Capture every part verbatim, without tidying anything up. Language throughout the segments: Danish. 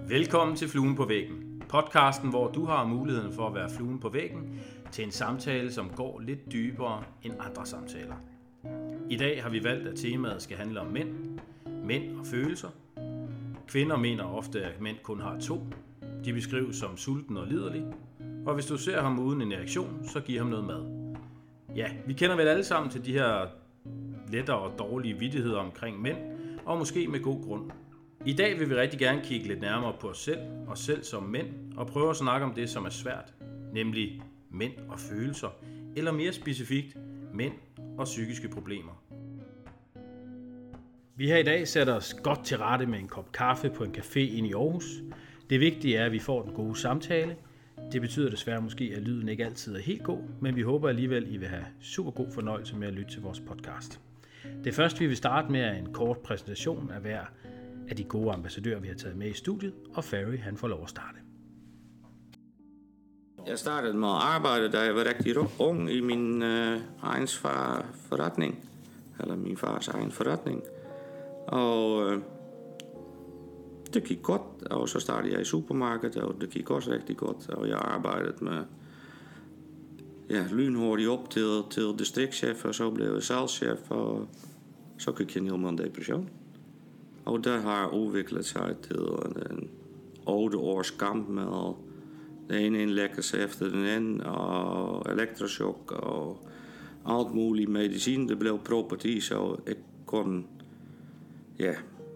Velkommen til Fluen på Væggen, podcasten, hvor du har muligheden for at være fluen på væggen til en samtale, som går lidt dybere end andre samtaler. I dag har vi valgt, at temaet skal handle om mænd, mænd og følelser. Kvinder mener ofte, at mænd kun har to. De beskrives som sulten og liderlig, og hvis du ser ham uden en erektion, så giv ham noget mad. Ja, vi kender vel alle sammen til de her lettere og dårlige vittigheder omkring mænd, og måske med god grund. I dag vil vi rigtig gerne kigge lidt nærmere på os selv, os selv som mænd, og prøve at snakke om det, som er svært, nemlig mænd og følelser, eller mere specifikt, mænd og psykiske problemer. Vi her i dag sætter os godt til rette med en kop kaffe på en café inde i Aarhus. Det vigtige er, at vi får den gode samtale. Det betyder desværre måske, at lyden ikke altid er helt god, men vi håber alligevel, I vil have super god fornøjelse med at lytte til vores podcast. Det første, vi vil starte med, er en kort præsentation af hver af de gode ambassadører, vi har taget med i studiet, og Ferry, han får lov at starte. Jeg startede med at arbejde, da jeg var rigtig ung i min øh, egen far forretning, eller min fars egen forretning, og øh, det gik godt, og så startede jeg i supermarkedet, og det gik også rigtig godt, og jeg arbejdede med ja, lynhurtigt op til, til distriktschef, og så blev jeg salgschef, og så gik jeg ned med en depression. Og det har udviklet sig til en otte års kamp med den ene indlæggelse efter den anden, og elektrochok og alt muligt medicin, det blev proppet i, så jeg kon, ja,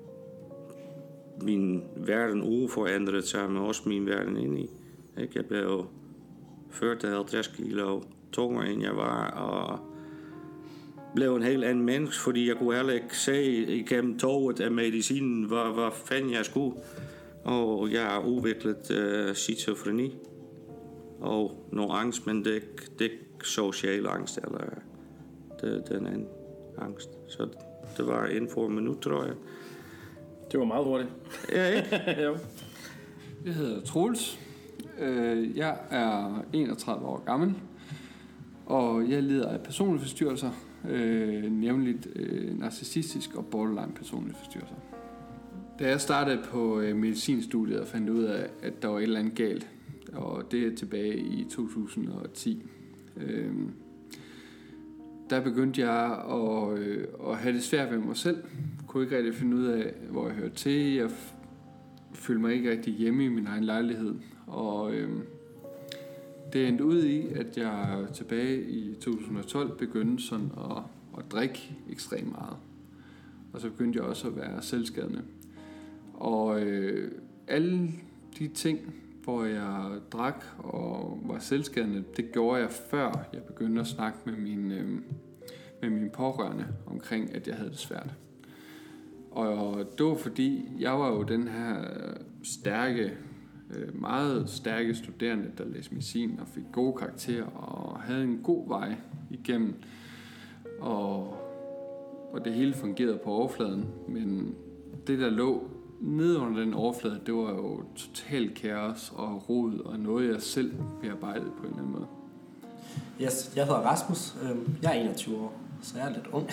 min verden uforandret sig, men også min verden indeni. Jeg blev fyrre til halvtreds kilo tungere, end jeg var, og blev en helt anden menneske, fordi jeg kunne heller ikke se igennem toget af medicinen, hvad, hvad fanden jeg skulle. Og jeg har udviklet uh, skizofreni og noget angst, men det er ikke, det er ikke social angst, eller det, det er en anden angst. Så det var inden for en minut, tror jeg. Det var meget hurtigt. Ja, ikke? Jo. Jeg hedder Troels. Jeg er enogtredive år gammel, og jeg lider af personlige forstyrrelser, øh, nævnligt øh, narcissistisk og borderline personlige forstyrrelser. Da jeg startede på øh, medicinstudiet og fandt ud af, at der var et eller andet galt, og det er tilbage i to tusind og ti, øh, der begyndte jeg at, øh, at have det svært ved mig selv. Jeg kunne ikke rigtig finde ud af, hvor jeg hørte til. Jeg f- følte mig ikke rigtig hjemme i min egen lejlighed, og øh, det endte ud i, at jeg tilbage i to tusind og tolv begyndte sådan at, at drikke ekstremt meget. Og så begyndte jeg også at være selvskadende. Og øh, alle de ting, hvor jeg drak og var selvskadende, det gjorde jeg før jeg begyndte at snakke med min, øh, med mine pårørende omkring, at jeg havde det svært. Og det var fordi, jeg var jo den her stærke, meget stærke studerende, der læste medicin og fik gode karakterer og havde en god vej igennem, og, og det hele fungerede på overfladen, men det der lå nede under den overflade, det var jo totalt kaos og rod og noget jeg selv bearbejdede på en eller anden måde. Yes, jeg hedder Rasmus, jeg er enogtyve år, så jeg er lidt ung.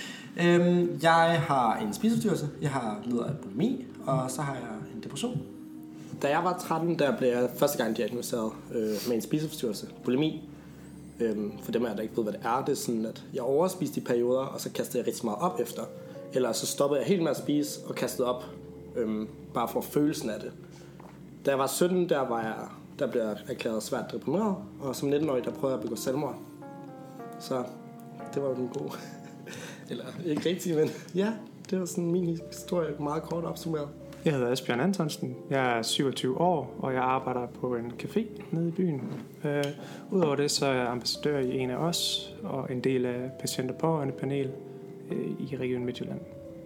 Jeg har en spiseforstyrrelse, jeg har lider af bulimi, og så har jeg en depression. Da jeg var tretten, der blev jeg første gang diagnosticeret øh, med en spiseforstyrrelse, bulimi. Øhm, for dem af jer, der ikke ved, hvad det er, det er sådan, at jeg overspiste i perioder, og så kastede jeg rigtig meget op efter. Eller så stoppede jeg helt med at spise og kastede op, øhm, bare for følelsen af det. Da jeg var sytten, der, var jeg, der blev jeg erklæret svært deprimeret, og som nitten-årig, der prøvede jeg at begå selvmord. Så det var jo den gode. Eller ikke rigtig, men ja, det var sådan min historie, meget kort opsummeret. Jeg hedder Asbjørn Antonsen, jeg er syvogtyve år, og jeg arbejder på en café nede i byen. Øh, Udover det, så er jeg ambassadør i En af os, og en del af patient- og pårørendepanel øh, i Region Midtjylland.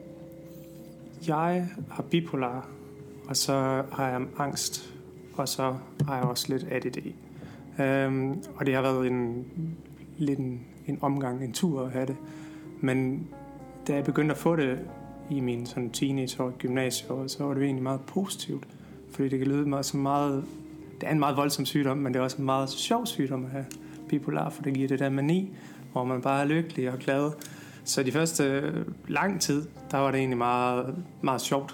Jeg har bipolar, og så har jeg angst, og så har jeg også lidt A D D. Øh, og det har været en, lidt en, en omgang, en tur at have det. Men da jeg begyndte at få det i min sådan teenageår, gymnasieår, så var det egentlig meget positivt, fordi det kan lyde meget så meget, det er en meget voldsom sygdom, men det er også en meget sjov sygdom at have bipolar, for det giver det der mani, hvor man bare er lykkelig og glad. Så de første lang tid, der var det egentlig meget, meget sjovt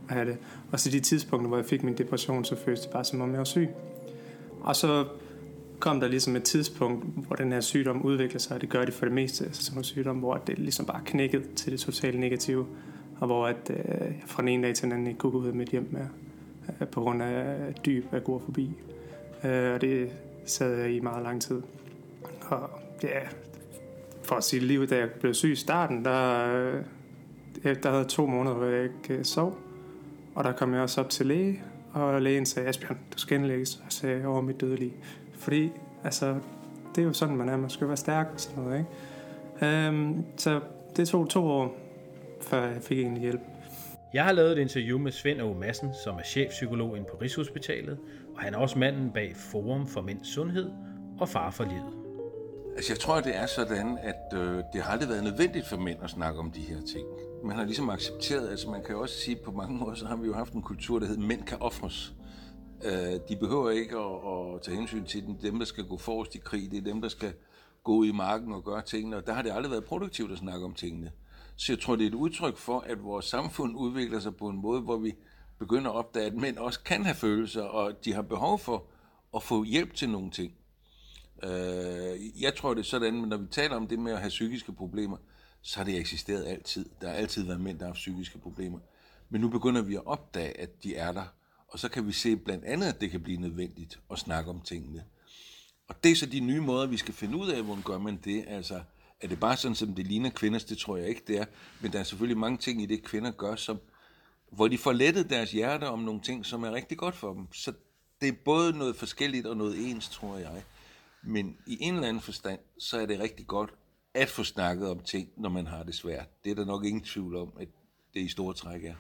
at have det. Og så de tidspunkter, hvor jeg fik min depression, så føltes det bare som om jeg var syg. Og så kom der ligesom et tidspunkt, hvor den her sygdom udvikler sig, og det gør det for det meste, altså sådan en sygdom, hvor det ligesom bare knækkede til det totalt negative, og hvor at, øh, jeg fra den ene dag til den anden ikke kunne gå ud af mit hjem mere, øh, på grund af dyb agorafobi. Øh, og det sad jeg i meget lang tid. Og ja, for at sige livet, da jeg blev syg i starten, der, øh, der havde to måneder, hvor jeg ikke øh, sov, og der kom jeg også op til læge, og lægen sagde, Asbjørn, du skal indlægges, og sagde over mit dødelige. Fordi, altså, det er jo sådan, man er. Man skal være stærk og sådan noget, ikke? Øhm, så det tog to år, før jeg fik egentlig hjælp. Jeg har lavet et interview med Svend Aage Madsen, som er chefpsykolog inde på Rigshospitalet, og han er også manden bag Forum for Mænds Sundhed og Far for Livet. Altså, jeg tror, det er sådan, at øh, det har aldrig været nødvendigt for mænd at snakke om de her ting. Man har ligesom accepteret, altså man kan jo også sige, på mange måder, så har vi jo haft en kultur, der hedder, mænd kan ofres. De behøver ikke at, at tage hensyn til dem. Dem, der skal gå forrest i krig, det er dem, der skal gå ud i marken og gøre tingene. Og der har det aldrig været produktivt at snakke om tingene. Så jeg tror, det er et udtryk for, at vores samfund udvikler sig på en måde, hvor vi begynder at opdage, at mænd også kan have følelser, og de har behov for at få hjælp til nogle ting. Jeg tror, det er sådan, at når vi taler om det med at have psykiske problemer, så har det eksisteret altid. Der har altid været mænd, der har haft psykiske problemer. Men nu begynder vi at opdage, at de er der. Og så kan vi se blandt andet, at det kan blive nødvendigt at snakke om tingene. Og det er så de nye måder, vi skal finde ud af, hvordan gør man det. Altså, er det bare sådan, som det ligner kvinders? Det tror jeg ikke, det er. Men der er selvfølgelig mange ting i det, kvinder gør, som, hvor de får lettet deres hjerte om nogle ting, som er rigtig godt for dem. Så det er både noget forskelligt og noget ens, tror jeg. Men i en eller anden forstand, så er det rigtig godt at få snakket om ting, når man har det svært. Det er der nok ingen tvivl om, at det i store træk er.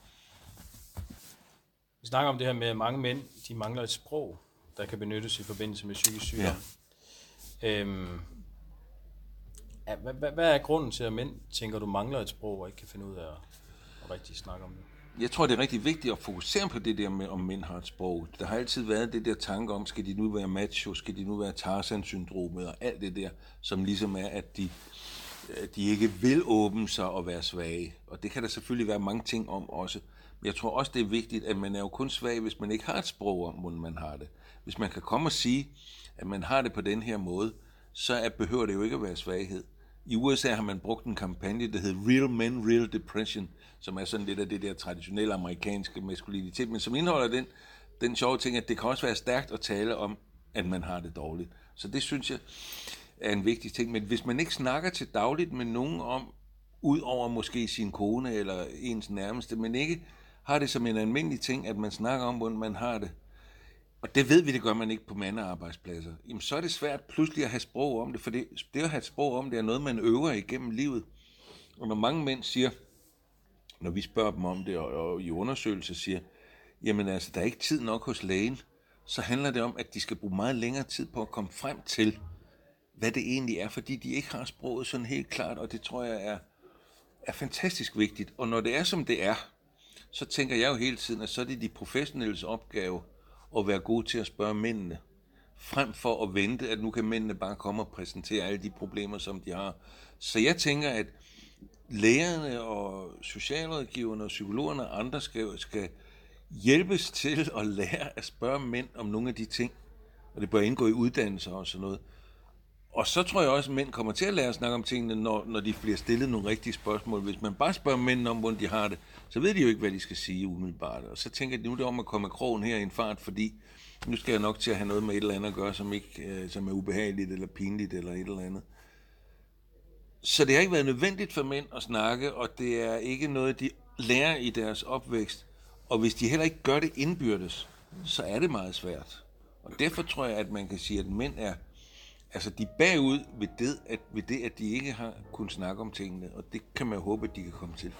Vi snakker om det her med, at mange mænd, de mangler et sprog, der kan benyttes i forbindelse med psykisk sygdom. Ja. Øhm, hvad, hvad, hvad er grunden til, at mænd tænker, du mangler et sprog, og ikke kan finde ud af at, at rigtig snakke om det? Jeg tror, det er rigtig vigtigt at fokusere på det der med, om mænd har et sprog. Der har altid været det der tanke om, skal de nu være macho, skal de nu være Tarzan-syndromet, og alt det der, som ligesom er, at de, de ikke vil åbne sig og være svage. Og det kan der selvfølgelig være mange ting om også. Jeg tror også, det er vigtigt, at man er jo kun svag, hvis man ikke har et sprog om, hvordan man har det. Hvis man kan komme og sige, at man har det på den her måde, så er, behøver det jo ikke at være svaghed. I U S A har man brugt en kampagne, der hedder Real Men, Real Depression, som er sådan lidt af det der traditionelle amerikanske maskulinitet, men som indeholder den, den sjove ting, at det kan også være stærkt at tale om, at man har det dårligt. Så det synes jeg er en vigtig ting. Men hvis man ikke snakker til dagligt med nogen om, ud over måske sin kone eller ens nærmeste, men ikke har det som en almindelig ting, at man snakker om, hvordan man har det, og det ved vi, det gør man ikke på mandearbejdspladser, jamen så er det svært pludselig at have sprog om det, for det, det at have et sprog om det er noget, man øver igennem livet. Og når mange mænd siger, når vi spørger dem om det, og, og i undersøgelser siger, jamen altså, der er ikke tid nok hos lægen, så handler det om, at de skal bruge meget længere tid på at komme frem til, hvad det egentlig er, fordi de ikke har sproget sådan helt klart, og det tror jeg er, er fantastisk vigtigt. Og når det er, som det er, så tænker jeg jo hele tiden, at så er det de professionelles opgave at være gode til at spørge mændene, frem for at vente, at nu kan mændene bare komme og præsentere alle de problemer, som de har. Så jeg tænker, at lægerne og socialrådgiverne og psykologerne og andre skal, skal hjælpes til at lære at spørge mænd om nogle af de ting, og det bør indgå i uddannelser og sådan noget. Og så tror jeg også, at mænd kommer til at lære at snakke om tingene, når, når de bliver stillet nogle rigtige spørgsmål. Hvis man bare spørger mænd om, hvordan de har det, så ved de jo ikke, hvad de skal sige umiddelbart. Og så tænker de, nu er det om at komme af krogen her i en fart, fordi nu skal jeg nok til at have noget med et eller andet at gøre, som, ikke, øh, som er ubehageligt eller pinligt eller et eller andet. Så det har ikke været nødvendigt for mænd at snakke, og det er ikke noget, de lærer i deres opvækst. Og hvis de heller ikke gør det indbyrdes, så er det meget svært. Og derfor tror jeg, at man kan sige, at mænd er Altså, de er bagud ved det, at, ved det, at de ikke har kunnet snakke om tingene, og det kan man håbe, at de kan komme til.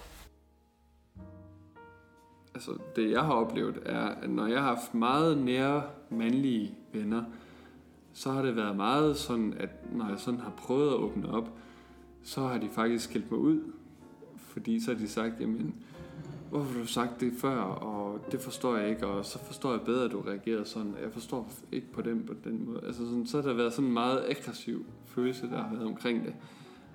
Altså, det jeg har oplevet er, at når jeg har haft meget nære mandlige venner, så har det været meget sådan, at når jeg sådan har prøvet at åbne op, så har de faktisk skilt mig ud. Fordi så har de sagt, jamen, hvorfor har du sagt det før, og det forstår jeg ikke, og så forstår jeg bedre, at du reagerede sådan, jeg forstår ikke på den på den måde. Altså sådan, så har der været sådan en meget aggressiv følelse, der har været omkring det.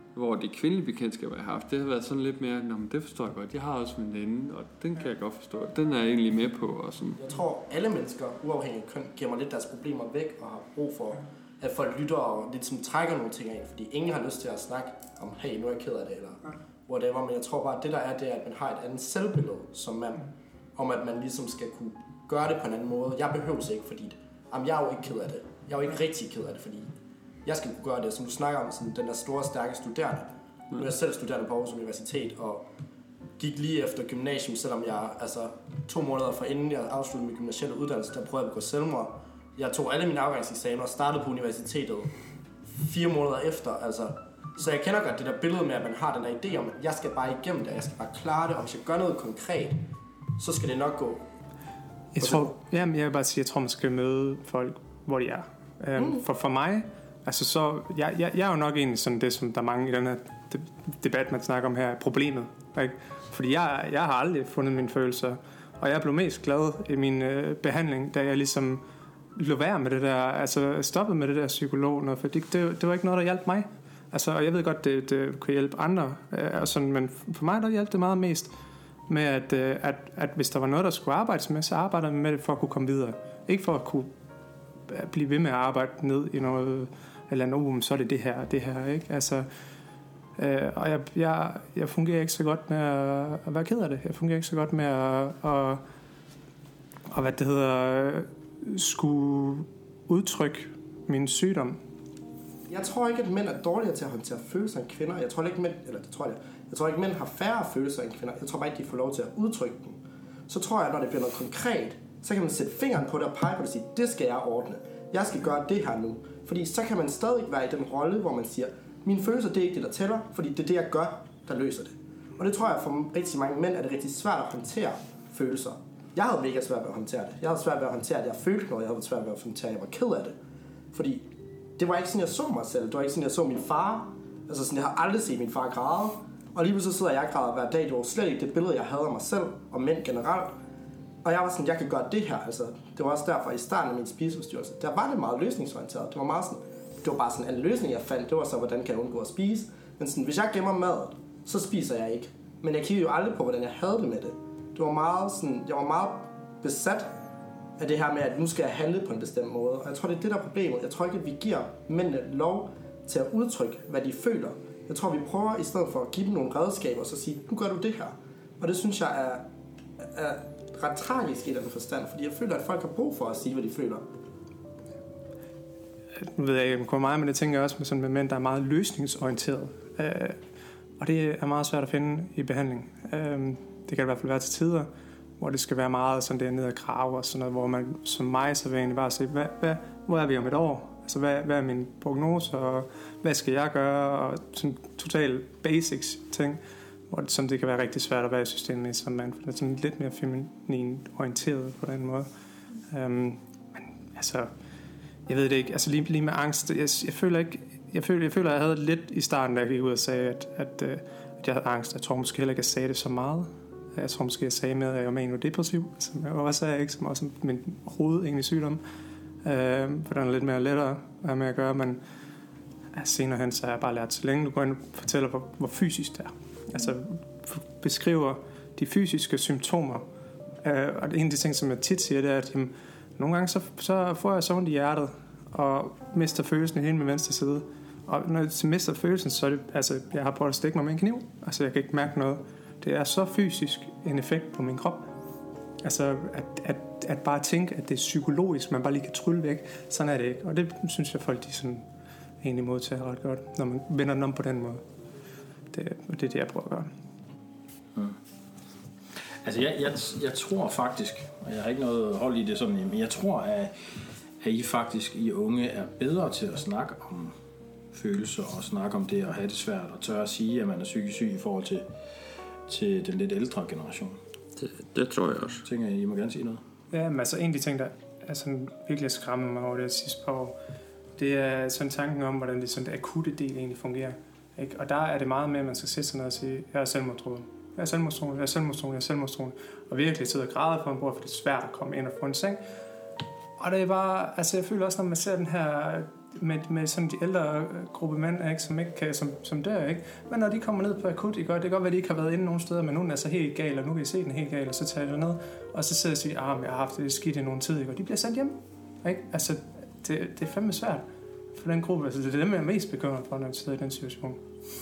Hvor de kvindelige bekendtskaber, jeg har haft, det har været sådan lidt mere, nå, men det forstår jeg godt, jeg har også en veninde, og den kan jeg godt forstå, den er jeg egentlig med på. Og sådan. Jeg tror, alle mennesker, uafhængigt af køn, giver mig lidt deres problemer væk, og har brug for, at folk lytter og lidt som trækker nogle ting ind, fordi ingen har lyst til at snakke om, hey, nu er jeg ked af det, eller whatever, men jeg tror bare, at det der er, det er, at man har et andet selvbillede som mand, om at man ligesom skal kunne gøre det på en anden måde. Jeg behøver ikke, fordi jamen, jeg er jo ikke ked af det. Jeg er jo ikke rigtig ked af det, fordi jeg skal kunne gøre det, som du snakker om, sådan den der store, stærke studerende. Nu er jeg selv studerende på Aarhus Universitet, og gik lige efter gymnasium, selvom jeg, altså to måneder fra inden jeg afsluttede min gymnasielle uddannelse, der prøvede jeg at begå selvmord. Jeg tog alle mine afgangseksamener og startede på universitetet fire måneder efter, altså. Så jeg kender godt det der billede med, at man har den der idé om, at jeg skal bare igennem det, jeg skal bare klare det, og hvis jeg gør noget konkret, så skal det nok gå. Jeg tror, jamen, jeg vil bare sige, jeg tror, man skal møde folk, hvor de er. Um, mm. For for mig, altså så, jeg, jeg, jeg er jo nok egentlig sådan det, som der er mange i den her debat, man snakker om her, problemet. Ikke? Fordi jeg, jeg har aldrig fundet mine følelser, og jeg blev mest glad i min øh, behandling, da jeg ligesom lå være med det der, altså stoppede med det der psykolog, noget, for det, det, det var ikke noget, der hjalp mig. Altså, og jeg ved godt, det, det kan hjælpe andre, øh, og sådan, men for mig der hjalp det meget mest med, at, øh, at, at hvis der var noget, der skulle arbejdes med, så arbejdede jeg med det for at kunne komme videre. Ikke for at kunne blive ved med at arbejde ned i noget, eller noget, så er det det her, det her, ikke? Altså, øh, og jeg, jeg, jeg fungerer ikke så godt med at, at være ked af det. Jeg fungerer ikke så godt med at, at, at hvad det hedder, skulle udtrykke min sygdom. Jeg tror ikke, at mænd er dårligere til at håndtere følelser end kvinder. Jeg tror ikke, mænd, eller det tror jeg, jeg tror ikke, at mænd har færre følelser end kvinder. Jeg tror bare ikke, de får lov til at udtrykke dem. Så tror jeg, når det bliver noget konkret, så kan man sætte fingeren på det og pege på det og sige, det skal jeg ordne. Jeg skal gøre det her nu. Fordi så kan man stadig være i den rolle, hvor man siger, mine følelser, det er ikke det, der tæller, fordi det er det, jeg gør, der løser det. Og det tror jeg, for rigtig mange mænd er det rigtig svært at håndtere følelser. Jeg havde mega svært ved at håndtere det. Jeg havde svært ved at håndtere, at jeg følte noget. Jeg havde svært ved at håndtere, at jeg var ked af det. Fordi det var ikke sådan, jeg så mig selv. Det var ikke sådan, jeg så min far. Altså sådan, jeg har aldrig set min far græde. Og lige pludselig sidder jeg og græder hver dag. Det var slet ikke det billede, jeg havde af mig selv og mænd generelt. Og jeg var sådan, jeg kan gøre det her. Altså, det var også derfor, i starten af min spiseforstyrrelse, der var det meget løsningsorienteret. Det var meget sådan, det var bare sådan en løsning, jeg fandt. Det var så, hvordan kan jeg undgå at spise. Men sådan, hvis jeg gemmer mad, så spiser jeg ikke. Men jeg kiggede jo aldrig på, hvordan jeg havde det med det. Det var meget sådan, jeg var meget besat af det her med, at nu skal jeg handle på en bestemt måde. Og jeg tror, det er det, der er problemet. Jeg tror ikke, at vi giver mændene lov til at udtrykke, hvad de føler. Jeg tror, vi prøver i stedet for at give dem nogle redskaber, og så sige, nu gør du det her. Og det synes jeg er, er ret tragisk i den forstand, fordi jeg føler, at folk har brug for at sige, hvad de føler. Nu ved jeg ikke, hvor meget, men det tænker jeg også med, sådan med mænd, der er meget løsningsorienteret. Øh, og det er meget svært at finde i behandling. Øh, det kan det i hvert fald være til tider, hvor det skal være meget sådan der ned ad krav og sådan noget, hvor man som mig så vil egentlig bare sige, hvad, hvad, hvor er vi om et år? Altså, hvad, hvad er min prognose, og hvad skal jeg gøre? Og sådan total basics ting, hvor det, som det kan være rigtig svært at være i systemet som mand, for det er sådan lidt mere feminin orienteret på den måde. Um, men altså, jeg ved det ikke, altså lige, lige med angst, jeg, jeg føler ikke, jeg føler, jeg føler, jeg havde lidt i starten, da jeg gik ud og sagde, at, at, at jeg havde angst. Jeg tror måske heller ikke, at jeg sagde det så meget. Jeg tror måske, jeg sagde med, at jeg var manodepressiv, som jeg også sagde, ikke, som også min hoved egentlig sygdom. Øh, for den er lidt mere lettere at have med at gøre, men altså, senere hen, så har jeg bare lært, så længe du går ind og fortæller, hvor, hvor fysisk det er. Altså beskriver de fysiske symptomer. Øh, og en af de ting, som jeg tit siger, det er, at jamen, nogle gange så, så får jeg så ondt i hjertet, og mister følelsen i hele min venstre side. Og når jeg mister følelsen, så er det, altså, jeg har prøvet at stikke mig med en kniv. Altså, jeg kan ikke mærke noget. Det er så fysisk en effekt på min krop. Altså, at, at, at bare tænke, at det er psykologisk, man bare lige kan trylle væk. Sådan er det ikke. Og det synes jeg, folk de sådan egentlig modtager ret godt, når man vender den om på den måde. Det, det er det, jeg prøver at gøre. Hmm. Altså, jeg, jeg, jeg tror faktisk, og jeg har ikke noget hold i det sådan, men jeg tror, at, at I faktisk, I unge, er bedre til at snakke om følelser og snakke om det og have det svært og tør at sige, at man er psykisk syg i forhold til til den lidt ældre generation. Det, det tror jeg også. Tænker I, I må gerne sige noget? Ja, men altså en af de ting, der er sådan virkelig skræmmende mig over det sidste par år, det er sådan tanken om, hvordan det sådan det akutte del egentlig fungerer. Ikke? Og der er det meget med, at man skal sætte sig ned og sige, jeg er selvmordstroet. Jeg er selvmordstroet, jeg er selvmordstroet, jeg er selvmordstroet. Og virkelig sidde og græde for en bord, for det er svært at komme ind og få en seng. Og det er bare, altså jeg føler også, når man ser den her med, med sådan de ældre gruppe mænd, ikke, som ikke kan, som, som dør, ikke? Men når de kommer ned på akut, ikke? Det kan godt være, at de ikke har været inde nogen steder, men nogen er så helt gal, og nu kan I se den helt gal, og så tager jeg ned, og så sidder jeg og siger, ah, jeg har haft det skidt i nogen tid, ikke? Og de bliver sendt hjem, ikke? Altså, det, det er fandme svært for den gruppe, altså det er dem, jeg er mest bekymret for, når jeg sidder i den situation.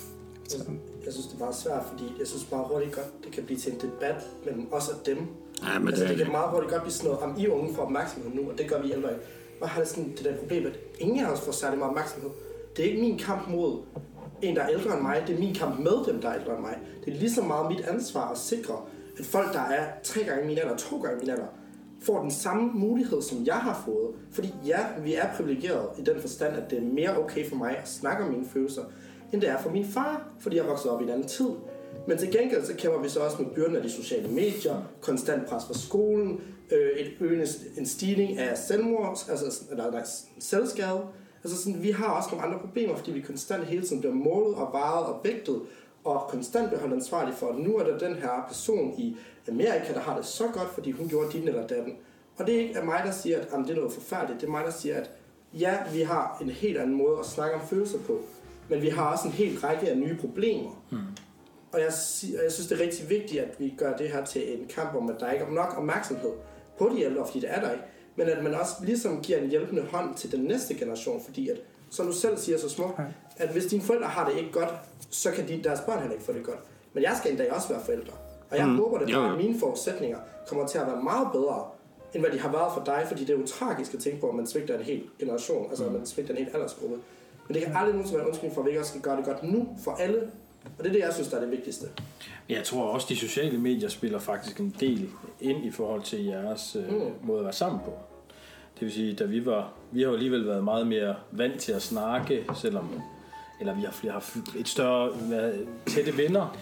Så. Jeg synes, det er meget svært, fordi jeg synes meget hurtigt godt, det kan blive til en debat mellem os og dem. Ja, men altså, det, det kan meget hurtigt godt blive sådan noget, om I unge får opmærksomhed nu, og det gør vi ældre ikke. Og har det sådan det der problem, at ingen af os får særlig meget opmærksomhed. Det er ikke min kamp mod en, der er ældre end mig, det er min kamp med dem, der er ældre end mig. Det er lige så meget mit ansvar at sikre, at folk, der er tre gange min alder, to gange min alder, får den samme mulighed, som jeg har fået. Fordi ja, vi er privilegerede i den forstand, at det er mere okay for mig at snakke om mine følelser, end det er for min far, fordi jeg voksede op i en anden tid. Men til gengæld så kæmper vi så også med byrden af de sociale medier, konstant pres fra skolen, øh, et øgende, en stigning af selvmord, altså eller, nej, selvskade. Altså sådan, vi har også nogle andre problemer, fordi vi konstant hele tiden bliver målet og vejet og vægtet, og konstant bliver holdt ansvarlig for, at nu er der den her person i Amerika, der har det så godt, fordi hun gjorde din eller datten. Og det er ikke mig, der siger, at det er noget forfærdeligt. Det er mig, der siger, at ja, vi har en helt anden måde at snakke om følelser på, men vi har også en hel række af nye problemer. Hmm. Og jeg, jeg synes, det er rigtig vigtigt, at vi gør det her til en kamp om, at der ikke er nok opmærksomhed på de ældre, fordi det er der ikke. Men at man også ligesom giver en hjælpende hånd til den næste generation, fordi at, som du selv siger så smukt, at hvis dine forældre har det ikke godt, så kan de, deres børn heller ikke få det godt. Men jeg skal en dag også være forældre. Og jeg mm. håber, at bare, mine forudsætninger kommer til at være meget bedre, end hvad de har været for dig, fordi det er jo tragisk at tænke på, at man svigter en hel generation, altså at man svigter en hel aldersgruppe. Men det kan aldrig nogensinde være en undskyldning for, at vi ikke også skal gøre det godt nu for alle. Og det er det, jeg synes, der er det vigtigste. Jeg tror også, de sociale medier spiller faktisk en del ind i forhold til jeres øh, mm. måde at være sammen på. Det vil sige, da vi var, vi har jo alligevel været meget mere vant til at snakke, selvom, eller vi har flere haft et større tætte venner.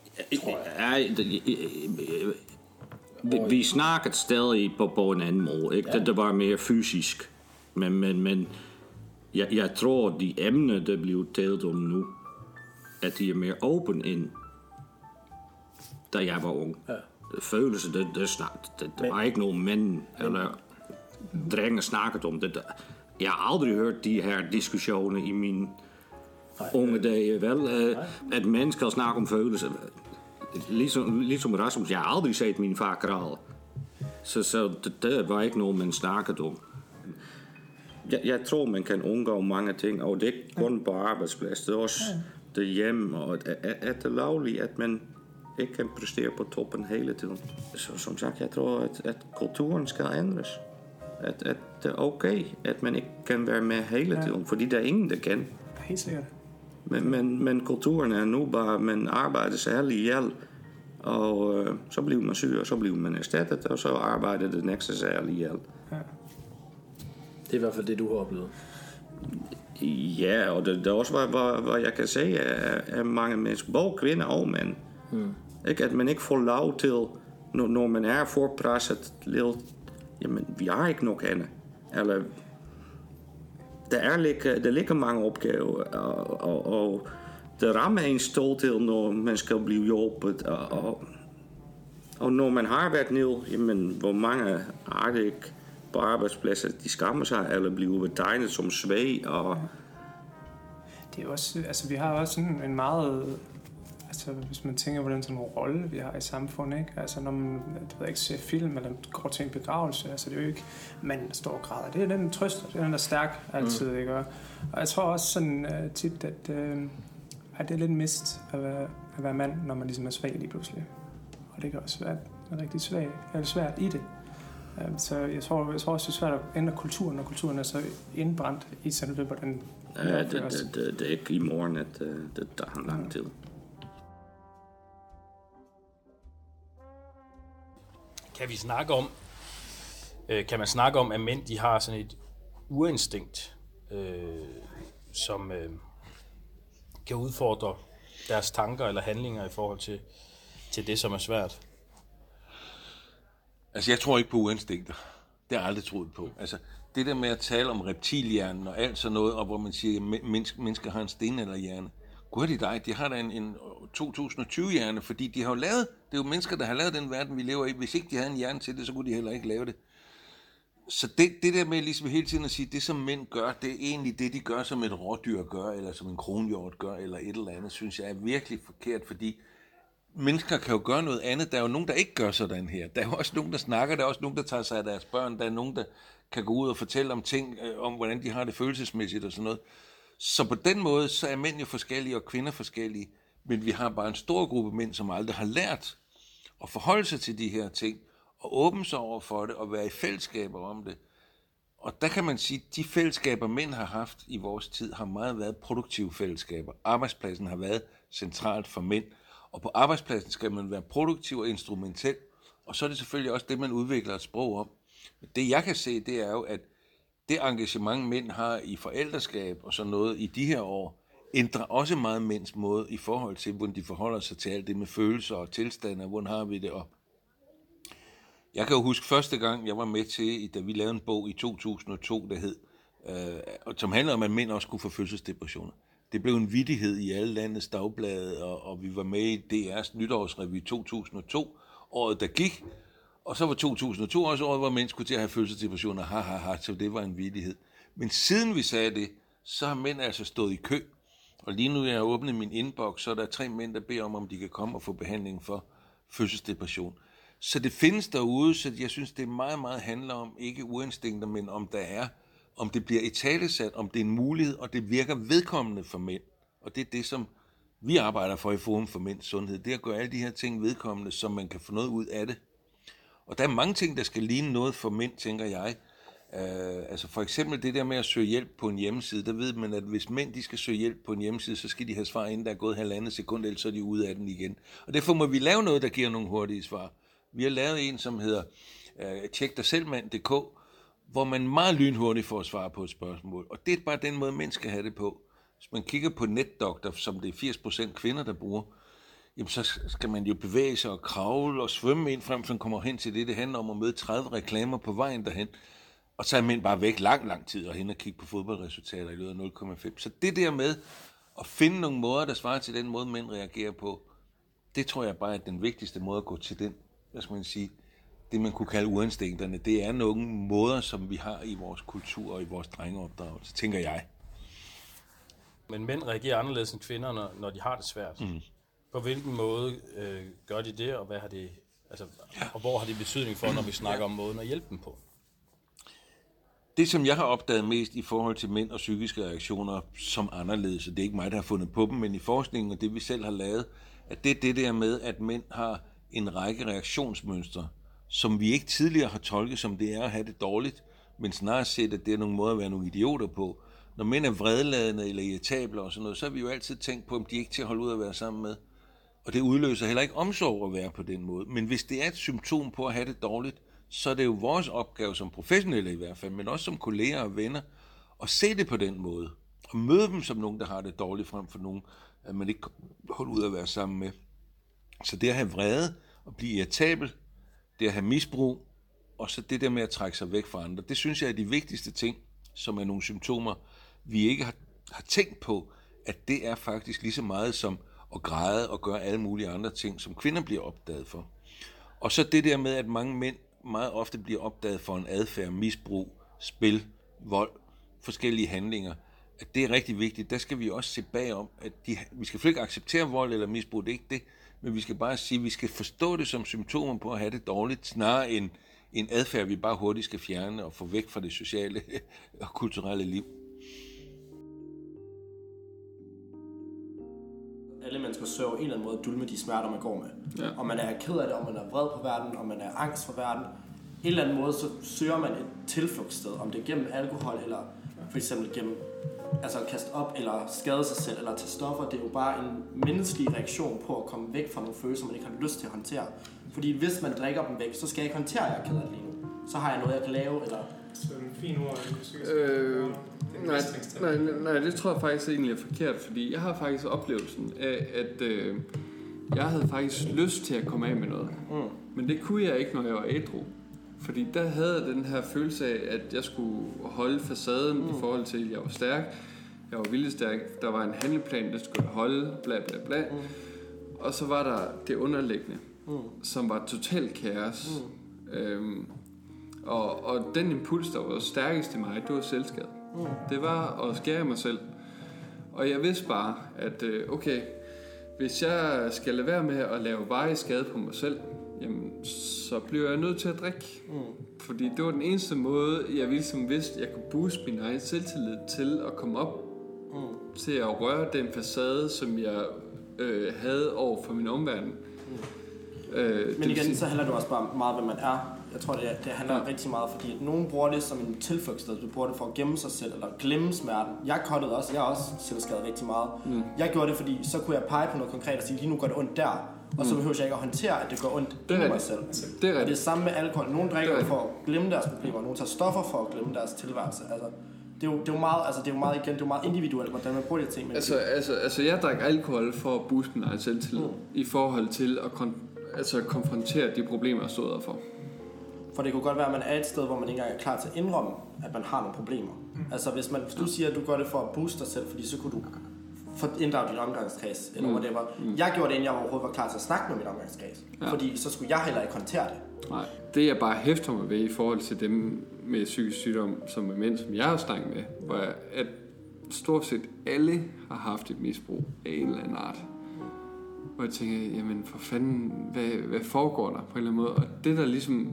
Ja, vi, vi snakkede stadig på, på en anden måde, ikke? Ja. Det, det var mere fysisk. Men, men, men jeg, jeg tror, de emner, der bliver talt om nu, at de er mere åben end da jeg var ung. Ja. Følelser, det, det, snak, det, det var ikke nogen mænd eller drenge snakket om det. Jeg har aldrig hørt de her diskussioner i mine Nej. unge dage, vel? At mennesker snakker om følelser. Ligesom, ligesom Rasmus, jeg har aldrig set min far græde. Så, så det, det var ikke noget, man snakkede om. Jeg, jeg tror, man kan undgå mange ting, og det er ikke kun på arbejdsplads, det er også derhjemme, og at, at det er lovligt, at man ikke kan præstere på toppen hele tiden. Så som sagt, jeg tror, at, at kulturen skal ændres. At, at det er okay, at man ikke kan være med hele tiden, ja. Fordi der er ingen, der kan. Helt sikkert. Men, men, men kulturen er nu bare, man arbejder sig alle ihjel, og øh, så bliver man syg, og så bliver man erstattet, og så arbejder det næste sig alle ihjel. Ja. Det er i hvert fald det, du har oplevet. Ja, og det, det er også, hvad, hvad, hvad jeg kan sige, er, er mange mennesker, både kvinder og mænd. Hmm. Ikke, at man ikke får lov til, når, når man er forpresset lidt, jamen, vi har ikke nok hende. Eller, der, er ligge, der ligger mange opgaver, og, og, og det rammer en stol til, når man skal blive hjulpet. Og, og, og når man har været ned, jamen, hvor mange er det ikke på arbejdspladser, de skammer sig, eller bliver betegnet som svag. Og det er også, altså, vi har også sådan en meget, altså, hvis man tænker på den sådan en rolle, vi har i samfundet, ikke? Altså, når man du ved ikke, ser film, eller går til en begravelse, altså, det er jo ikke manden, der står og græder. Det er den trøster, det er den, der er stærk altid, mm. ikke? Og jeg tror også sådan uh, tit, at, uh, at det er lidt mist at være, at være mand, når man ligesom er svag lige pludselig. Og det kan også være rigtig svært, eller svært i det. Um, så jeg tror, jeg tror også, det er svært at ændre kulturen, når kulturen er så indbrændt i sig, det hvordan ja, det, det, det, det er ikke i morgen, at det, det tager en lang tid. Kan vi snakke om, øh, kan man snakke om, at mænd de har sådan et urinstinkt, øh, som øh, kan udfordre deres tanker eller handlinger i forhold til, til det, som er svært? Altså, jeg tror ikke på urinstinkter. Det har jeg aldrig troet på. Altså, det der med at tale om reptilhjernen og alt sådan noget, og hvor man siger, at mennesker, mennesker har en stenalderhjerne. Gud de dig, de har da en, en to tusind og tyve-hjerne, fordi de har jo lavet, det er jo mennesker, der har lavet den verden, vi lever i. Hvis ikke de havde en hjerne til det, så kunne de heller ikke lave det. så det, det der med ligesom hele tiden at sige, det som mænd gør, det er egentlig det, de gør, som et rådyr gør, eller som en kronhjort gør, eller et eller andet, synes jeg er virkelig forkert, fordi mennesker kan jo gøre noget andet. Der er jo nogen, der ikke gør sådan her. Der er jo også nogen, der snakker, der er også nogen, der tager sig af deres børn, der er nogen, der kan gå ud og fortælle om ting, øh, om hvordan de har det følelsesmæssigt og sådan noget. Så på den måde, så er mænd jo forskellige, og kvinder forskellige, men vi har bare en stor gruppe mænd, som aldrig har lært at forholde sig til de her ting, og åbne sig over for det, og være i fællesskaber om det. Og der kan man sige, at de fællesskaber, mænd har haft i vores tid, har meget været produktive fællesskaber. Arbejdspladsen har været centralt for mænd, og på arbejdspladsen skal man være produktiv og instrumentel, og så er det selvfølgelig også det, man udvikler et sprog om. Det jeg kan se, det er jo, at det engagement, mænd har i forældreskab og sådan noget i de her år, ændrer også meget mænds måde i forhold til, hvordan de forholder sig til alt det med følelser og tilstande, hvordan har vi det op. Jeg kan jo huske første gang, jeg var med til, da vi lavede en bog i to tusind og to, der hed, øh, som handler om, at mænd også kunne få fødselsdepressioner. Det blev en vittighed i alle landets dagblade, og, og vi var med i D R's nytårsrevy to tusind og to, året der gik, og så var to tusind og to også året, hvor mænd skulle til at have fødselsdepressioner, ha, ha, ha, så det var en vittighed. Men siden vi sagde det, så har mænd altså stået i kø, og lige nu jeg har åbnet min inbox, så er der tre mænd, der beder om, om de kan komme og få behandling for fødselsdepression. Så det findes derude, så jeg synes, det meget, meget handler om, ikke uinstinkter, men om der er, om det bliver italesat, om det er en mulighed, og det virker vedkommende for mænd. Og det er det, som vi arbejder for i Forum for Mænds Sundhed, det er at gøre alle de her ting vedkommende, så man kan få noget ud af det. Og der er mange ting, der skal ligne noget for mænd, tænker jeg. Uh, altså for eksempel det der med at søge hjælp på en hjemmeside, der ved man, at hvis mænd de skal søge hjælp på en hjemmeside, så skal de have svar, inden der er gået halvandet sekund, ellers så er de ude af den igen. Og derfor må vi lave noget, der giver nogle hurtige svar. Vi har lavet en, som hedder uh, tjek dig selv mand punktum d k, hvor man meget lynhurtigt får svar på et spørgsmål. Og det er bare den måde, mænd skal have det på. Hvis man kigger på NetDoktor, som det er firs procent kvinder, der bruger, jamen så skal man jo bevæge sig og kravle og svømme ind frem, så man kommer hen til det. Det handler om at møde tredive reklamer på vejen derhen. Og så er mænd bare væk lang, lang tid og hen og kigge på fodboldresultater i løbet af nul komma fem. Så det der med at finde nogle måder, der svarer til den måde, mænd reagerer på, det tror jeg bare er den vigtigste måde at gå til den, hvad skal man sige, det man kunne kalde uinstинkterne. Det er nogle måder, som vi har i vores kultur og i vores drengeopdragelse, tænker jeg. Men mænd reagerer anderledes end kvinder, når, når de har det svært. Mm. På hvilken måde øh, gør de det, og hvad har det, altså, og hvor har det betydning for, når vi snakker ja. om måden at hjælpe dem på? Det, som jeg har opdaget mest i forhold til mænd og psykiske reaktioner som anderledes, og det er ikke mig, der har fundet på dem, men i forskningen og det, vi selv har lavet, at det er det der med, at mænd har en række reaktionsmønstre, som vi ikke tidligere har tolket som det er at have det dårligt, men snarere set, at det er nogle måder at være nogle idioter på. Når mænd er vredladende eller irritable og sådan noget, så har vi jo altid tænkt på, om de ikke er til at holde ud at være sammen med. Og det udløser heller ikke omsorg at være på den måde. Men hvis det er et symptom på at have det dårligt, så er det jo vores opgave som professionelle i hvert fald, men også som kolleger og venner, at se det på den måde. Og møde dem som nogen, der har det dårligt frem for nogen, at man ikke holder ud at være sammen med. Så det at have vrede og blive irritabel, det at have misbrug, og så det der med at trække sig væk fra andre, det synes jeg er de vigtigste ting, som er nogle symptomer, vi ikke har, har tænkt på, at det er faktisk lige så meget som at græde og gøre alle mulige andre ting, som kvinder bliver opdaget for. Og så det der med, at mange mænd meget ofte bliver opdaget for en adfærd, misbrug, spil, vold, forskellige handlinger, at det er rigtig vigtigt. Der skal vi også se bagom, at de, vi skal ikke acceptere vold eller misbrug, det er ikke det, men vi skal bare sige, at vi skal forstå det som symptomer på at have det dårligt, snarere end en adfærd, vi bare hurtigt skal fjerne og få væk fra det sociale og kulturelle liv. Alle mennesker søger en eller anden måde at dulme de smerter, man går med. Ja. Om man er ked af det, om man er vred på verden, om man er angst for verden. En eller anden måde, så søger man et tilflugtssted. Om det er gennem alkohol, eller for eksempel gennem altså at kaste op, eller skade sig selv, eller tage stoffer. Det er jo bare en menneskelig reaktion på at komme væk fra nogle følelser, man ikke har lyst til at håndtere. Fordi hvis man drikker dem væk, så skal jeg ikke håndtere, at jeg er ked af det lige nu. Så har jeg noget, jeg kan lave, eller... Så er det en fin ord, øh, nej, nej, nej, det tror jeg faktisk egentlig er forkert, fordi jeg har faktisk oplevelsen af, at øh, jeg havde faktisk lyst til at komme af med noget. Mm. Men det kunne jeg ikke, når jeg var ædru. Fordi der havde jeg den her følelse af, at jeg skulle holde facaden mm. i forhold til, at jeg var stærk. Jeg var viljestærk. Der var en handleplan, der skulle holde, bla bla bla. Mm. Og så var der det underliggende, mm. som var totalt kaos. Mm. Øhm, Og, og den impuls, der var stærkest i mig, det var selvskade. Mm. Det var at skære mig selv. Og jeg vidste bare, at okay, hvis jeg skal lade være med at lave varig skade på mig selv, jamen, så bliver jeg nødt til at drikke. Mm. Fordi det var den eneste måde, jeg ligesom vidste, jeg kunne booste min egen selvtillid til at komme op mm. til at røre den facade, som jeg øh, havde over for min omverden. Mm. Øh, Men igen, sige... så handler det også bare meget, hvem man er. Jeg tror, det, det handler ja. rigtig meget, fordi nogen bruger det som en tilflugtssted. Du bruger det for at gemme sig selv, eller glemme smerten. Jeg kottede også, jeg er også selvskadet rigtig meget. Mm. Jeg gjorde det, fordi så kunne jeg pege på noget konkret og sige, lige nu går det ondt der. Og så behøver jeg ikke at håndtere, at det går ondt i mig selv. Det er og det er samme med alkohol. Nogle drikker for at glemme deres problemer, nogle tager stoffer for at glemme deres tilværelse. Altså, det er jo, det er jo meget, altså det er jo meget igen, det er jo meget individuelt, hvordan man bruger de ting. Men altså, altså, altså, jeg drak alkohol for at booste min egen selvtillid mm. i forhold til at kon- altså, konfrontere de problemer, jeg stod for. For det kunne godt være, at man er et sted, hvor man ikke engang er klar til at indrømme, at man har nogle problemer. Mm. Altså hvis, man, hvis du siger, at du gør det for at booste dig selv, fordi så kunne du få inddrage din omgangskreds, eller mm. whatever. Mm. Jeg gjorde det, inden jeg overhovedet var klar til at snakke med min omgangskreds. Ja. Fordi så skulle jeg heller ikke håndtere det. Nej, det jeg bare hæfter mig ved i forhold til dem med psykisk sygdom, som er mænd, som jeg har snakket med, hvor jeg, at stort set alle har haft et misbrug af en eller anden art. Hvor jeg tænker, jamen for fanden, hvad, hvad foregår der på en eller anden måde? Og det der ligesom,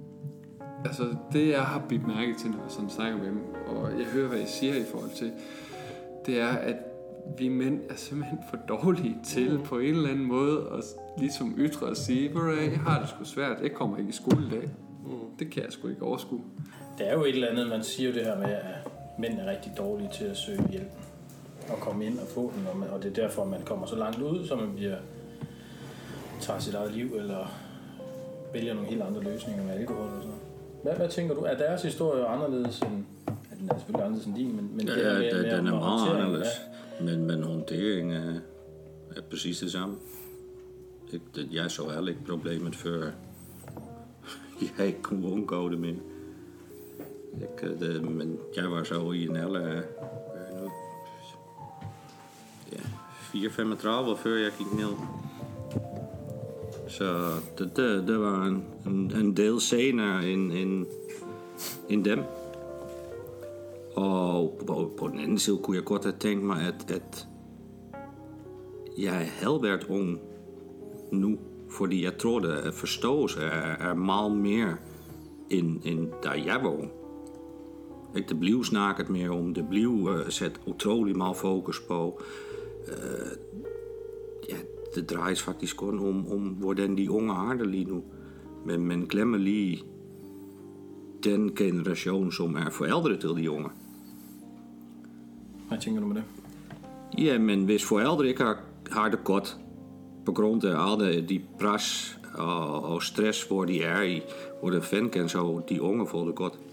altså det jeg har bidt mærke til, når jeg sådan snakker med dem, og jeg hører, hvad I siger i forhold til, det er, at vi mænd er simpelthen for dårlige til på en eller anden måde at ligesom ytre og sige, jeg har det sgu svært, jeg kommer ikke i skole i dag. Det kan jeg sgu ikke overskue. Det er jo et eller andet, man siger jo det her med, at mænd er rigtig dårlige til at søge hjælp og komme ind og få den, og det er derfor, man kommer så langt ud, så man bliver tager sit eget liv, eller vælger nogle helt andre løsninger med alkohol og sådan noget. Hvad, hvad tænker du? Er deres historie anderledes end, ja, den er selvfølgelig anderledes end din, men, men ja, det er med, med, den er meget anderledes, ja. men, men håndtering er, er præcis det samme. Jeg, jeg så heller ikke problemet før jeg ikke kunne undgå det mere. Jeg, det, men jeg var så i en alder af ja, fire femogtredive før jeg gik ned. Så det, det, det var en, en, en del senere end, end, end dem. Og på, på den anden side kunne jeg godt have tænkt mig, at, at jeg havde været ung nu. Fordi jeg tror, at forståelse er, er meget mere, end, end da jeg var ung. Det blev snakket mere om, det blev uh, sat utrolig meget fokus på. Uh, ja, det drejer faktisk kun om, om, hvordan de unge har det lige nu. Men man glemmer lige den generation, som er forældre til de unge. Hvad tænker du med det? Ja, men hvis forældre ikke har, har det godt, på grund af alle de pres og, og stress, hvor de er i, hvor det finder så de unge får det godt.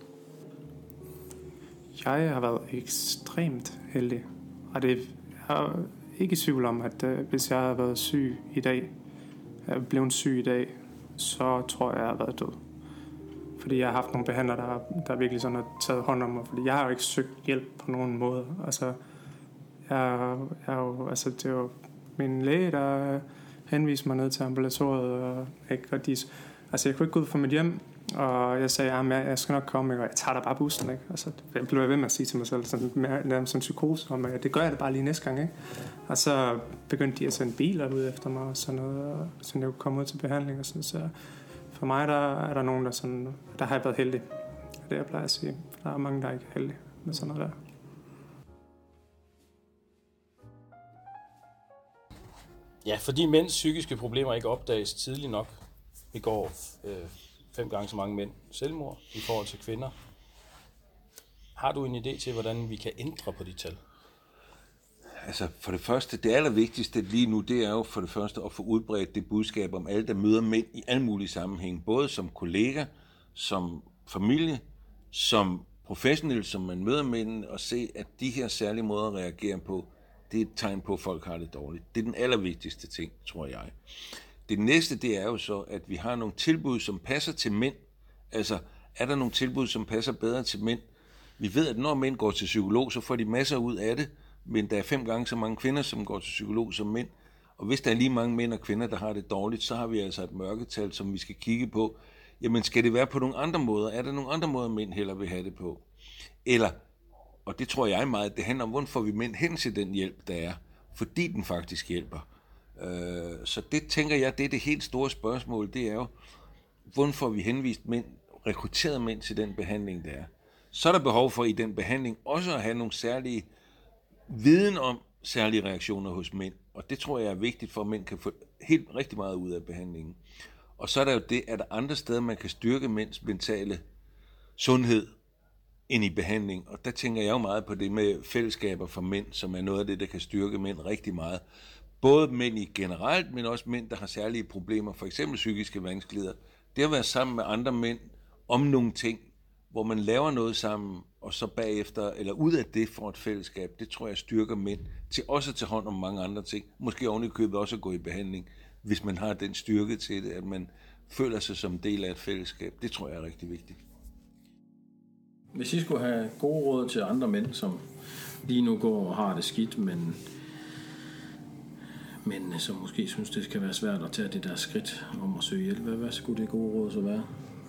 Jeg har været ekstremt heldig, og det er ikke i tvivl om, at uh, hvis jeg havde været syg i dag, er blevet syg i dag, så tror jeg, jeg har været død. Fordi jeg har haft nogle behandlere, der, der virkelig sådan har taget hånd om mig, fordi jeg har jo ikke søgt hjælp på nogen måde. Altså, jeg, jeg er jo, altså det er jo min læge, der henviste mig ned til ambulatoriet, og, ikke, og de, altså jeg kunne ikke gå ud fra mit hjem, og jeg sagde, at jeg skal nok komme, og jeg tager da bare bussen, ikke? Og så blev jeg ved med at sige til mig selv, sådan, nærmest sådan en psykose, om at det gør jeg det bare lige næste gang, ikke? Og så begyndte de at sende biler ud efter mig, og sådan noget, og sådan jeg kunne komme ud til behandling, og sådan, så for mig, der er der nogen, der sådan, der har jeg været heldig, det jeg plejer at sige, for der er mange, der ikke er heldige med sådan noget der. Ja, fordi mænds psykiske problemer ikke opdages tidligt nok. Vi går øh, fem gange så mange mænd selvmord i forhold til kvinder. Har du en idé til, hvordan vi kan ændre på de tal? Altså for det første, det allervigtigste lige nu, det er jo for det første at få udbredt det budskab om alle, der møder mænd i alle mulige sammenhæng. Både som kollega, som familie, som professionel, som man møder mænd, og se, at de her særlige måder at reagere på, det er et tegn på, at folk har det dårligt. Det er den allervigtigste ting, tror jeg. Det næste, det er jo så, at vi har nogle tilbud, som passer til mænd. Altså, er der nogle tilbud, som passer bedre til mænd? Vi ved, at når mænd går til psykolog, så får de masser ud af det, men der er fem gange så mange kvinder, som går til psykolog som mænd. Og hvis der er lige mange mænd og kvinder, der har det dårligt, så har vi altså et mørketal, som vi skal kigge på jamen skal det være på nogle andre måder? Er der nogle andre måder, mænd heller vil have det på? Eller, og det tror jeg meget, det handler om, hvordan får vi mænd hen til den hjælp, der er, fordi den faktisk hjælper. Øh, så det tænker jeg, det er det helt store spørgsmål, det er jo, hvordan får vi henvist mænd, rekrutteret mænd til den behandling, der er. Så er der behov for i den behandling også at have nogle særlige viden om særlige reaktioner hos mænd, og det tror jeg er vigtigt for, at mænd kan få helt rigtig meget ud af behandlingen. Og så er der jo det, at der andre steder, man kan styrke mænds mentale sundhed ind i behandling, og der tænker jeg jo meget på det med fællesskaber for mænd, som er noget af det, der kan styrke mænd rigtig meget. Både mænd i generelt, men også mænd, der har særlige problemer, for eksempel psykiske vanskeligheder. Det at være sammen med andre mænd om nogle ting, hvor man laver noget sammen, og så bagefter, eller ud af det for et fællesskab, det tror jeg styrker mænd til også at tage hånd om mange andre ting. Måske oven i købet også at gå i behandling, hvis man har den styrke til det, at man føler sig som del af et fællesskab. Det tror jeg er rigtig vigtigt. Hvis I skulle have gode råd til andre mænd, som lige nu går og har det skidt, men, men som måske synes, det skal være svært at tage det der skridt om at søge hjælp, hvad, hvad skulle det gode råd så være?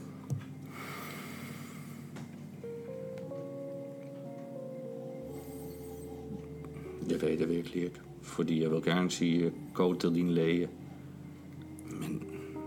Jeg ved det virkelig ikke, fordi jeg vil gerne sige, gå til din læge, men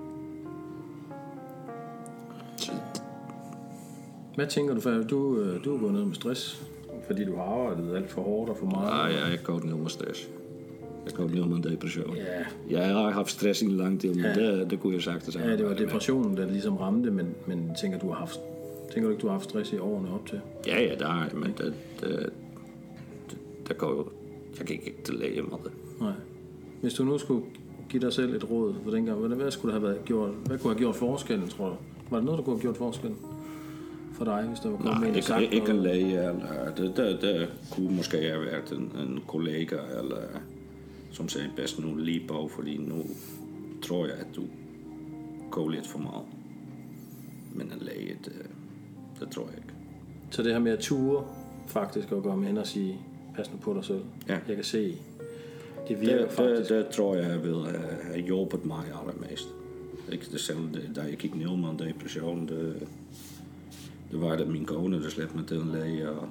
hvad tænker du, for du, du er gået ned med stress, fordi du har arbejdet alt for hårdt og for meget? Nej, jeg går ned med stress. Jeg går ned med depression. Ja. Jeg har haft stress i en lang tid, men ja. det, det kunne jeg sagtens have. Ja, det var depressionen, der ligesom ramte, men, men tænker du har haft, tænker du ikke, du har haft stress i årene op til? Ja, ja, der er, men det, det, det, der går jo, jeg kan ikke til læge med det. Nej. Hvis du nu skulle give dig selv et råd for dengang, hvad, hvad skulle det have været gjort? Hvad kunne have gjort forskellen, tror du? Var det noget, der kunne have gjort forskellen for dig, hvis der var kommet Nej, en ikke, sagt ikke en noget? læge, eller det, det, det kunne måske have været en, en kollega, eller som sagde bedst nu lige på, fordi nu tror jeg, at du går lidt for meget. Men en læge, det, det tror jeg ikke. Så det her med at ture faktisk at gå med hen og sige, pas nu på dig selv. Ja. Jeg kan se, det virker det, faktisk. Det, det tror jeg vil have hjulpet mig allermest. Ikke det selv, det, da jeg gik ned med en depression, det, det var det min kone, der slæbte mig til en læge, og,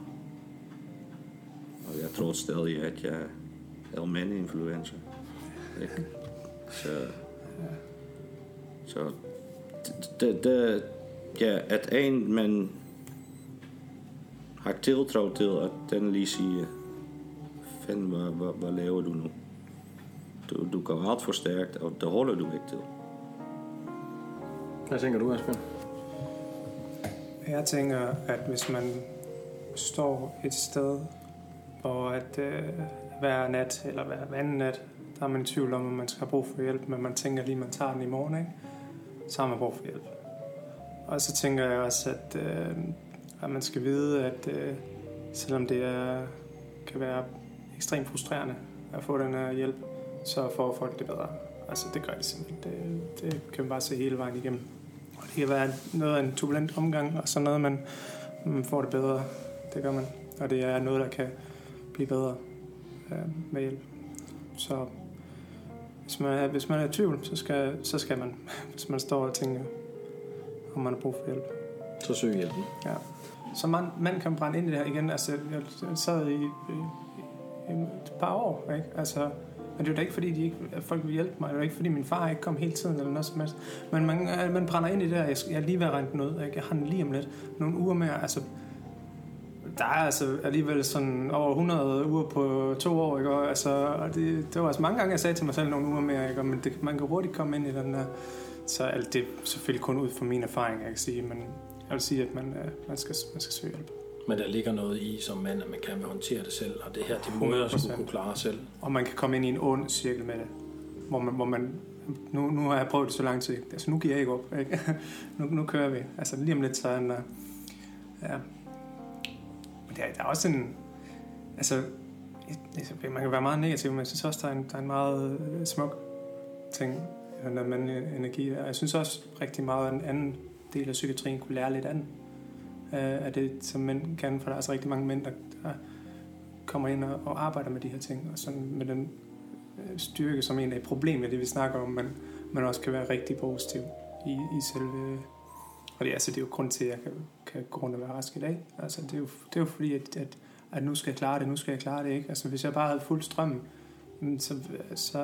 og jeg troede stadig, at jeg havde mandeinfluenza. Ikke? Så, så det, det, ja, at en man har tiltro til, at den lige siger, fanden, hvad, hvad, hvad laver du nu? Du, du går alt for stærkt, og det holder du ikke til. Hvad tænker du, Asbjørn? Jeg tænker, at hvis man står et sted, hvor at øh, hver nat eller hver anden nat, der er man i tvivl om, at man skal have brug for hjælp, men man tænker lige, at man tager den i morgen, ikke? Så har man brug for hjælp. Og så tænker jeg også, at, øh, at man skal vide, at øh, selvom det er, kan være ekstremt frustrerende at få den her hjælp, så får folk det bedre. Altså det gør det simpelthen. Det, det kan man bare se hele vejen igennem. Og det kan være noget af en turbulent omgang, og så noget, man, man får det bedre. Det gør man. Og det er noget, der kan blive bedre øh, med hjælp. Så hvis man, er, hvis man er i tvivl, så skal, så skal man, hvis man står og tænker, om man har brug for hjælp. Så søg hjælpen. Ja. Så man, man kan brænde ind i det her igen. Altså, jeg, jeg sad i, i, i et par år, ikke? Altså, men det var da ikke, fordi de ikke, folk ville hjælpe mig. Det var ikke, fordi min far ikke kom hele tiden, eller noget som helst. Men man, man brænder ind i det her. Jeg, jeg er lige ved at regne den ud. Ikke? Jeg har den lige om lidt. Nogle uger mere. Altså, der er altså alligevel sådan over hundrede uger på to år. Ikke? Og, altså, og det, det var altså mange gange, jeg sagde til mig selv nogle uger mere. Ikke? Men det, man kan hurtigt komme ind i den der. Så alt det er selvfølgelig kun ud fra min erfaring, jeg kan sige. Men jeg vil sige, at man, man, skal, man skal søge hjælp. Men der ligger noget i som mand, at man kan håndtere det selv, og det her, det må jeg skulle kunne klare selv. Og man kan komme ind i en ond cirkel med det, hvor man, hvor man nu, nu har jeg prøvet det så lang tid, altså nu giver jeg ikke op, ikke? nu, nu kører vi, altså lige om lidt, så er den der, ja. Men der, der er også en, altså, man kan være meget negativ, men jeg synes også, der er en, der er en meget smuk ting, den der mandlige energi der. Jeg synes også rigtig meget, at en anden del af psykiatrien kunne lære lidt andet af det, som mænd kan, for der er altså rigtig mange mænd, der, der kommer ind og, og arbejder med de her ting, og sådan med den styrke, som en af problemet, det vi snakker om, men man også kan være rigtig positiv i, i selve Og det, altså, det er jo grund til, at jeg kan, kan gå rundt og være rask i dag. Altså, det er jo, det er jo fordi, at, at, at nu skal jeg klare det, nu skal jeg klare det, ikke? Altså, hvis jeg bare havde fuld strøm, så, så,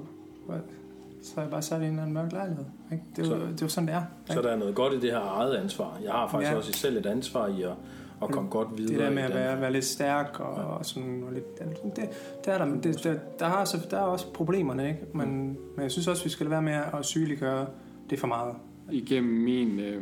så er jeg bare sat i en eller anden mørk lejlighed, ikke? Det er jo, det er jo sådan, det er. Ikke? Så der er noget godt i det her eget ansvar. Jeg har faktisk ja. også selv et ansvar i at, at komme godt videre. Det der med at være, være lidt stærk og, ja. og sådan og lidt, det, det er der, det, der, der, har, så, der er også problemerne, ikke? Men, men jeg synes også, vi skal være med at sygeliggøre det for meget. Igennem min, øh,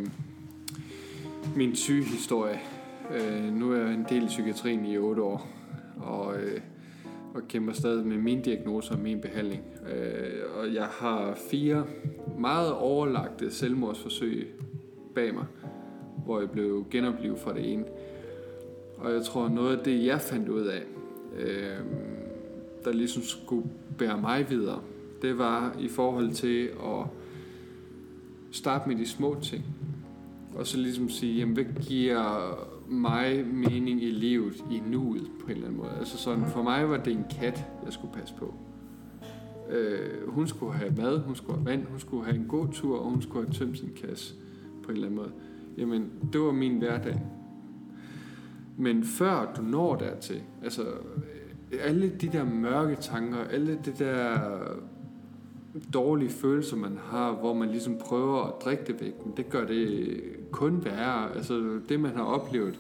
min sygehistorie, øh, nu er jeg en del i psykiatrien i otte år, og, øh, og kæmper stadig med mine diagnoser og min behandling. Øh, og jeg har fire meget overlagte selvmordsforsøg bag mig, hvor jeg blev genoplevet fra det ene. Og jeg tror, noget af det, jeg fandt ud af, øh, der ligesom skulle bære mig videre, det var i forhold til at starte med de små ting. Og så ligesom sige, jamen, hvad giver mig mening i livet i nuet på en eller anden måde. Altså sådan, for mig var det en kat, jeg skulle passe på. Øh, hun skulle have mad, hun skulle have vand, hun skulle have en god tur, og hun skulle have tømt sin kasse på en eller anden måde. Jamen, det var min hverdag. Men før du når dertil, altså alle de der mørke tanker, alle de der dårlige følelser, man har, hvor man ligesom prøver at drikke det væk, men det gør det kun værre. Altså det, man har oplevet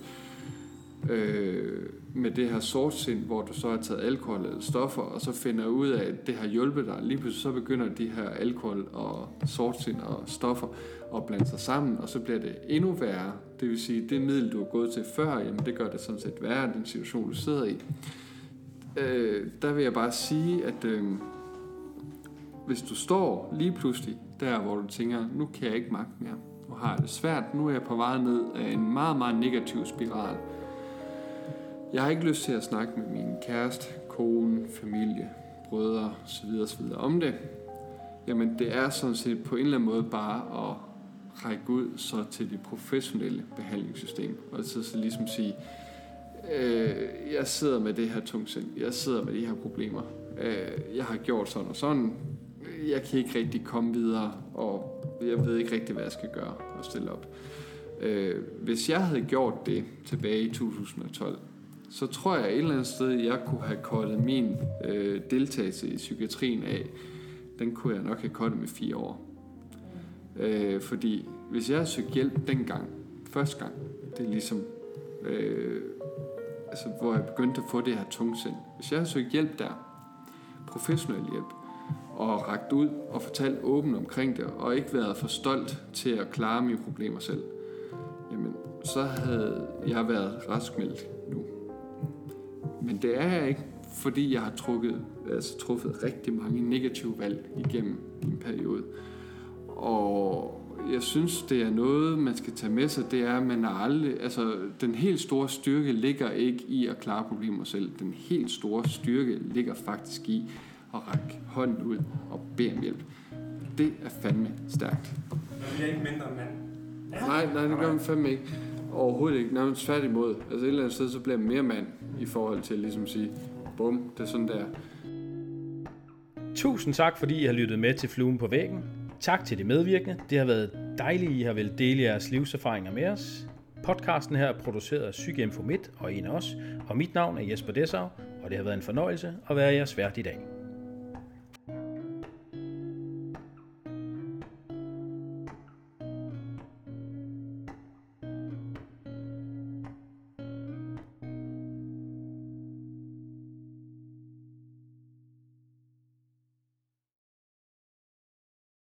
øh, med det her sortsind, hvor du så har taget alkohol eller stoffer, og så finder ud af, at det har hjulpet dig. Lige pludselig så begynder de her alkohol og sortsind og stoffer at blande sig sammen, og så bliver det endnu værre. Det vil sige, det middel, du har gået til før, jamen det gør det sådan set værre, den situation, du sidder i. Øh, der vil jeg bare sige, at øh, hvis du står lige pludselig der, hvor du tænker, nu kan jeg ikke magte mere, nu har jeg det svært, nu er jeg på vej ned af en meget, meget negativ spiral. Jeg har ikke lyst til at snakke med min kæreste, kone, familie, brødre osv. osv. om det. Jamen det er sådan set på en eller anden måde bare at række ud så til det professionelle behandlingssystem. Og så, så ligesom sige, øh, jeg sidder med det her tungsind, jeg sidder med de her problemer, øh, jeg har gjort sådan og sådan, jeg kan ikke rigtig komme videre, og jeg ved ikke rigtig, hvad jeg skal gøre og stille op. Øh, hvis jeg havde gjort det tilbage i to tusind og tolv, så tror jeg et eller andet sted, jeg kunne have kortet min øh, deltagelse i psykiatrien af. Den kunne jeg nok have kortet med fire år. Øh, fordi hvis jeg havde søgt hjælp dengang, første gang, det er ligesom, øh, altså, hvor jeg begyndte at få det her tungsind. Hvis jeg havde søgt hjælp der, professionel hjælp, og rakt ud og fortalt åbent omkring det, og ikke været for stolt til at klare mine problemer selv, jamen, så havde jeg været raskmeldt nu. Men det er jeg ikke, fordi jeg har trukket, altså, truffet rigtig mange negative valg igennem en periode. Og jeg synes, det er noget, man skal tage med sig, det er, at man er aldrig, altså, den helt store styrke ligger ikke i at klare problemer selv. Den helt store styrke ligger faktisk i at række hånden ud og bede om hjælp. Det er fandme stærkt. Man bliver ikke mindre mand. Ja. Nej, nej, det gør man fandme ikke. Overhovedet ikke. Nærmest tværtimod. Altså et eller andet sted, så bliver man mere mand i forhold til at ligesom sige, bum, det er sådan der. Tusind tak, fordi I har lyttet med til Fluen på væggen. Tak til de medvirkende. Det har været dejligt, I har vel dele jeres livserfaringer med os. Podcasten her er produceret af PsykeInfo Midt og en af os, og mit navn er Jesper Dessau, og det har været en fornøjelse at være jeres vært i dag.